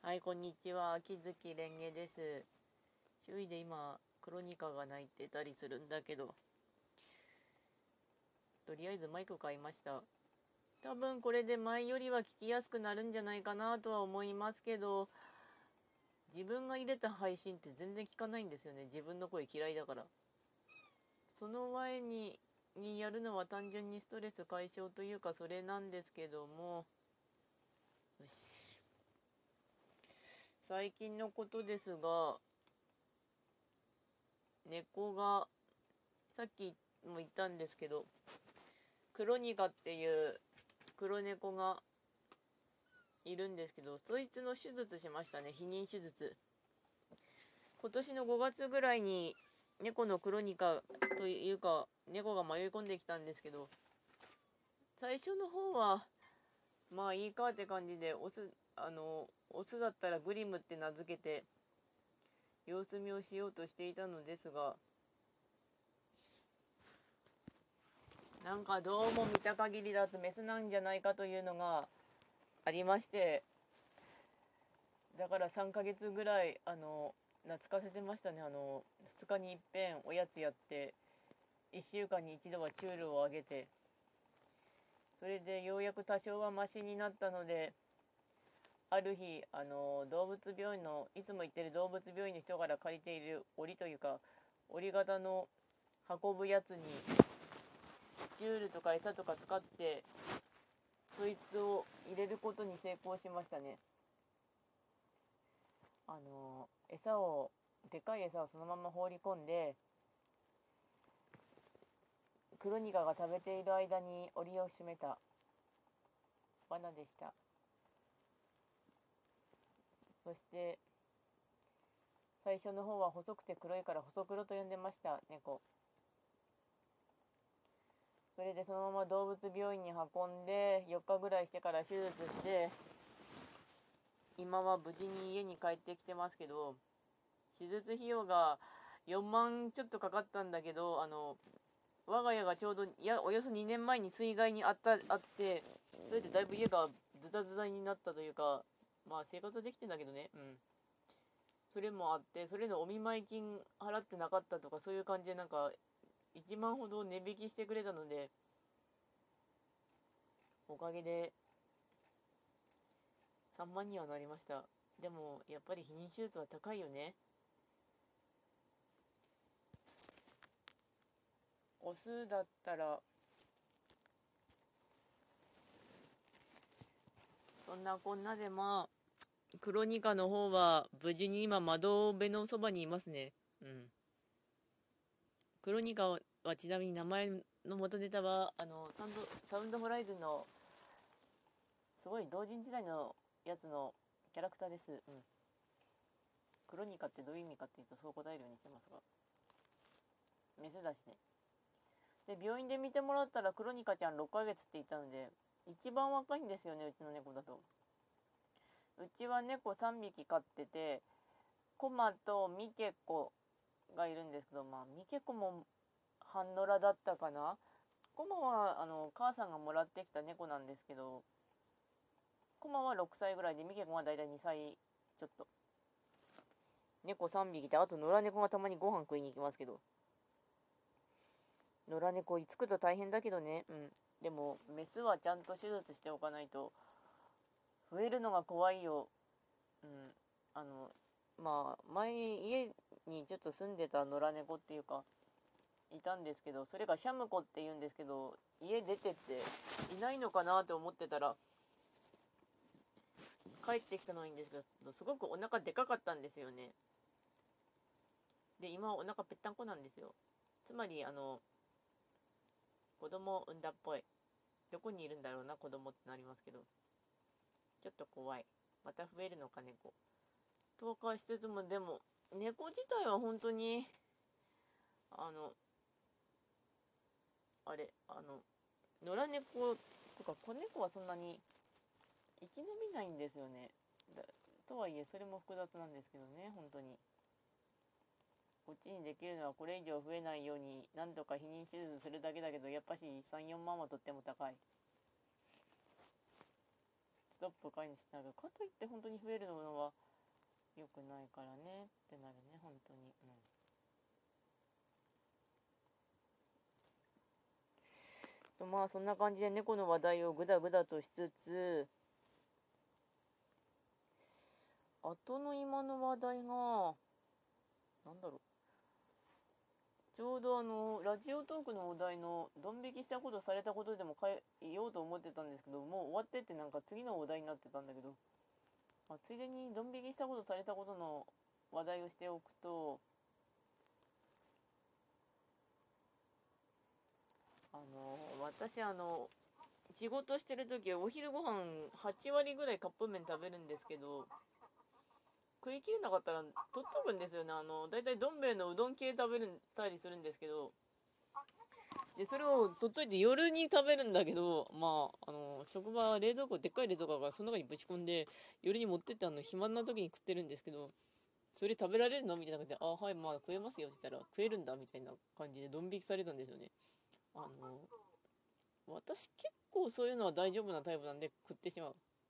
はい、こんにちは。秋月蓮華です。周囲で今、クロニカが鳴いてたりするんだけど、とりあえずマイク買いました。多分これで前よりは聞きやすくなるんじゃないかなとは思いますけど、自分が入れた配信って全然聞かないんですよね。自分の声嫌いだから。その前にやるのは単純にストレス解消というかそれなんですけども、よし。最近のことですが、猫が、さっきも言ったんですけど、クロニカっていう黒猫がいるんですけど、そいつの手術しましたね。避妊手術。今年の5月ぐらいに猫のクロニカというか猫が迷い込んできたんですけど、最初の方はまあいいかって感じで、オスだったらグリムって名付けて様子見をしようとしていたのですが、なんかどうも見た限りだとメスなんじゃないかというのがありまして、だから3ヶ月ぐらい懐かせてましたね。2日に一遍おやつやって、1週間に一度はチュールをあげて、それでようやく多少はマシになったので、ある日動物病院のいつも行ってる動物病院の人から借りている檻というか檻型の運ぶやつにチュールとか餌とか使ってそいつを入れることに成功しましたね。でかい餌をそのまま放り込んで、クロニカが食べている間に檻を閉めた罠でした。そして最初の方は細くて黒いから細黒と呼んでました、猫。それでそのまま動物病院に運んで4日ぐらいしてから手術して、今は無事に家に帰ってきてますけど、手術費用が4万ちょっとかかったんだけど、我が家がちょうどおよそ2年前に水害にあって、それでだいぶ家がズタズタになったというか、まあ生活はできてんだけどね、それもあって、それのお見舞い金払ってなかったとかそういう感じで、なんか1万ほど値引きしてくれたので、おかげで3万にはなりました。でもやっぱり避妊手術は高いよね。オスだったら、そんなこんなでまあクロニカの方は無事に今窓辺のそばにいますね。クロニカはちなみに名前の元ネタはサウンドホライズンのすごい同人時代のやつのキャラクターです。クロニカってどういう意味かっていうとそう答えるようにしてますが、メスだしね。で病院で見てもらったらクロニカちゃん6ヶ月って言ったので、一番若いんですよね、うちの猫だと。うちは猫3匹飼ってて、コマとミケコがいるんですけど、まあミケコも半野良だったかな。コマは母さんがもらってきた猫なんですけど、コマは6歳ぐらいで、ミケコはだいたい2歳ちょっと。猫3匹で、あと野良猫がたまにご飯食いに行きますけど、野良猫いつくと大変だけどね。でもメスはちゃんと手術しておかないと増えるのが怖いよ。あのまあ前家にちょっと住んでた野良猫っていうかいたんですけど、それがシャムコって言うんですけど、家出てっていないのかなと思ってたら帰ってきたのはいいんですけど、すごくお腹でかかったんですよね。で今お腹ぺったんこなんですよ。つまり子供産んだっぽい。どこにいるんだろうな子供ってなりますけど、ちょっと怖い。また増えるのか猫とかしつつも、でも猫自体は本当にあのあれ野良猫とか子猫はそんなに生き延びないんですよね。とはいえそれも複雑なんですけどね、本当に。こっちにできるのはこれ以上増えないようになんとか避妊手術するだけだけど、やっぱし3、4万はとっても高い。 ストップ買いにしてないけど、かといって本当に増えるのは良くないからねってなるね、本当に。まあそんな感じで猫の話題をグダグダとしつつ、後の今の話題が、なんだろう。ちょうどラジオトークのお題のドン引きしたことされたことでも言おうと思ってたんですけど、もう終わってってなんか次のお題になってたんだけど、ついでにドン引きしたことされたことの話題をしておくと、私仕事してる時はお昼ご飯8割ぐらいカップ麺食べるんですけど、食い切れなかったら取っとくんですよね。だいたいどん兵衛のうどん系食べたりするんですけど、でそれを取っといて夜に食べるんだけど、まあ職場冷蔵庫、でっかい冷蔵庫がその中にぶち込んで夜に持ってって暇な時に食ってるんですけど、それ食べられるのみたいな感じで、あ、はい、まあ食えますよって言ったら、食えるんだみたいな感じでドン引きされたんですよね。私結構そういうのは大丈夫なタイプなんで食ってしまう。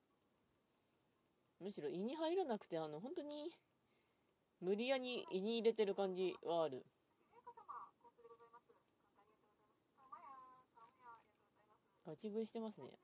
むしろ胃に入らなくて、本当に無理やり胃に入れてる感じはある。ガチ食いしてますね。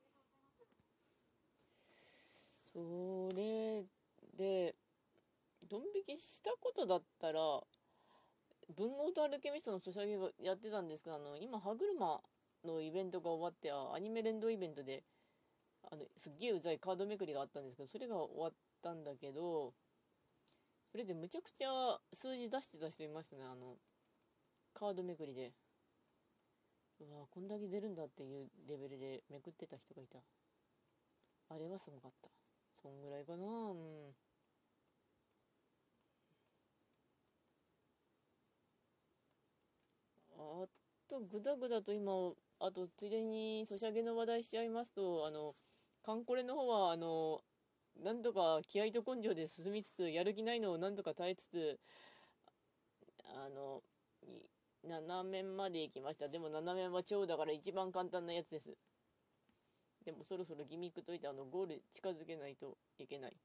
それで、ドン引きしたことだったら、文豪とアルケミストのソシャゲがやってたんですけど、今、歯車のイベントが終わって、アニメ連動イベントで、すっげえうざいカードめくりがあったんですけど、それが終わったんだけど、それでむちゃくちゃ数字出してた人いましたね。カードめくりで。うわ、こんだけ出るんだっていうレベルでめくってた人がいた。あれはすごかった。そんぐらいかな。うん。あと、ぐだぐだと今、あと、ついでにソシャゲの話題しちゃいますと、カンコレの方は、なんとか気合と根性で進みつつ、やる気ないのをなんとか耐えつつ、あの、7面まで行きました。でも7面は超だから一番簡単なやつです。でもそろそろギミックといてゴール近づけないといけない。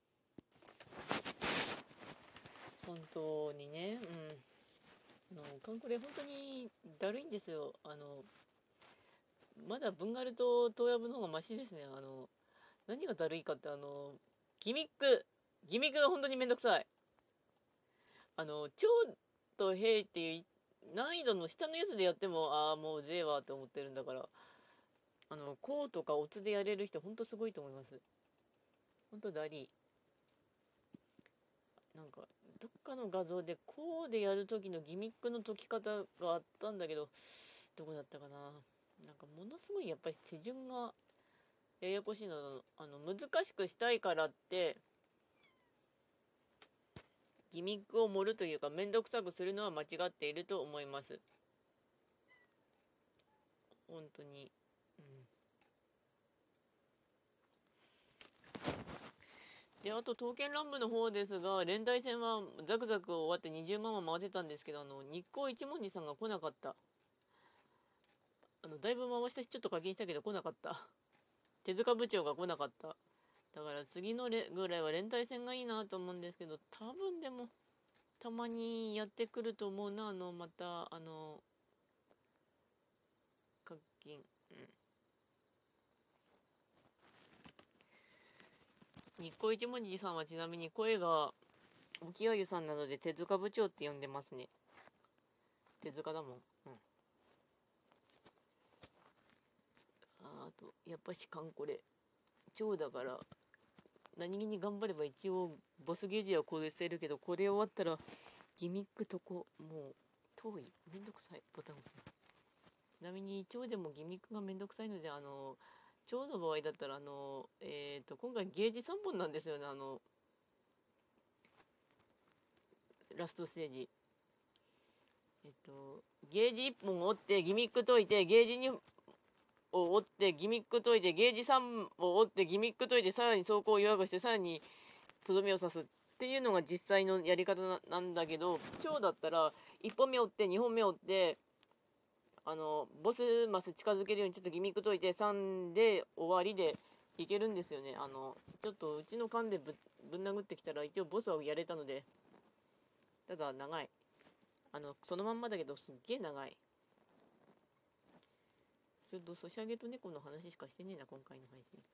本当にね、カンコレ本当にだるいんですよ。まだブンガルとトーヤブの方がマシですね。何がだるいかってギミック、ギミックが本当にめんどくさい。超と兵っていう難易度の下のやつでやっても、ああ、もうぜえわって思ってるんだから、こうとかオツでやれる人、本当すごいと思います。本当だり。なんか、どっかの画像でこうでやるときのギミックの解き方があったんだけど、どこだったかな。なんかものすごいやっぱり手順がややこしいの。難しくしたいからって、ギミックを盛るというか、めんどくさくするのは間違っていると思います。本当に。うん。で、あと、刀剣乱舞の方ですが、連帯戦はザクザク終わって20万は回ってたんですけど、日光一文字さんが来なかった。だいぶ回したし、ちょっと課金したけど来なかった。手塚部長が来なかった。だから次のぐらいは連帯戦がいいなと思うんですけど、多分でも、たまにやってくると思うな、また、課金。うん。日光一文字さんはちなみに声が沖合湯さんなので手塚部長って呼んでますね。手塚だもん。うん。あと、やっぱしカンコレ。超だから、何気に頑張れば一応ボスゲージは超えてるけど、これ終わったらギミックとこ、もう遠い。めんどくさい。ボタン押すの。ちなみに超でもギミックがめんどくさいので、超の場合だったら、今回ゲージ3本なんですよね。ラストステージ。ゲージ1本折ってギミック解いて、ゲージ2を折ってギミック解いて、ゲージ3を折ってギミック解いて、さらに走行を弱くして、さらにとどめを刺すっていうのが実際のやり方なんだけど、超だったら1本目折って2本目折ってボスマス近づけるようにちょっとギミック解いて3で終わりでいけるんですよね。ちょっとうちの勘でぶん殴ってきたら一応ボスはやれたので、ただ長い。そのまんまだけどすっげえ長い。ちょっとソシャゲと猫の話しかしてねえな、今回の配信。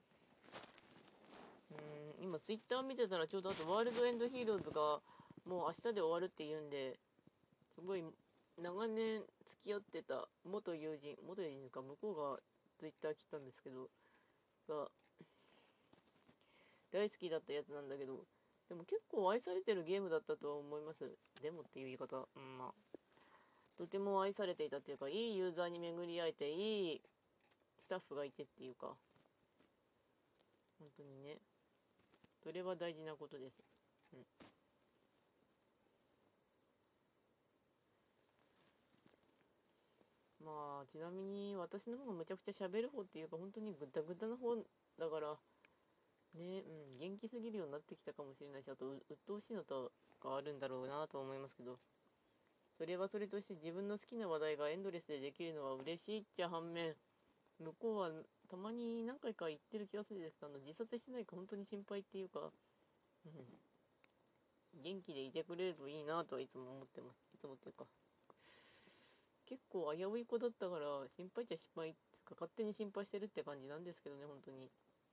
今ツイッター見てたらちょうどあとワールドエンドヒーローズがもう明日で終わるって言うんで、すごい長年付き合ってた元友人ですか、向こうがツイッター来たんですけど、が大好きだったやつなんだけど、でも結構愛されてるゲームだったとは思います。でもっていう言い方、まあ、とても愛されていたっていうか、いいユーザーに巡り会えて、いいスタッフがいてっていうか、本当にね、それは大事なことです。うん。まあ、ちなみに私の方がむちゃくちゃ喋る方っていうか、本当にグダグダな方だから、ね、元気すぎるようになってきたかもしれないし、あと、鬱陶しいのとかあるんだろうなと思いますけど、それはそれとして自分の好きな話題がエンドレスでできるのは嬉しいっちゃ反面、向こうはたまに何回か言ってる気がするんですけど、自殺してないか本当に心配っていうか、うん、元気でいてくれるといいなとはいつも思ってます。いつもっていうか、結構危うい子だったから心配っちゃ心配っていうか、勝手に心配してるって感じなんですけどね、本当に。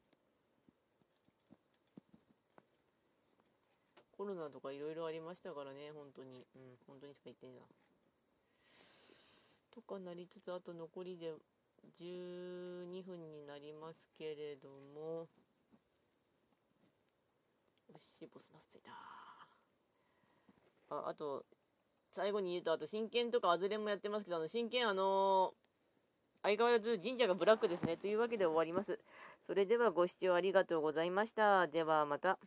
コロナとかいろいろありましたからね、本当に。本当にしか言ってねえな。とかなりつつ、あと残りで12分になりますけれども、よし、ボスマスついた。あと、最後に言うと、あと、真剣とかアズレもやってますけど、真剣相変わらず神社がブラックですね。というわけで終わります。それではご視聴ありがとうございました。ではまた。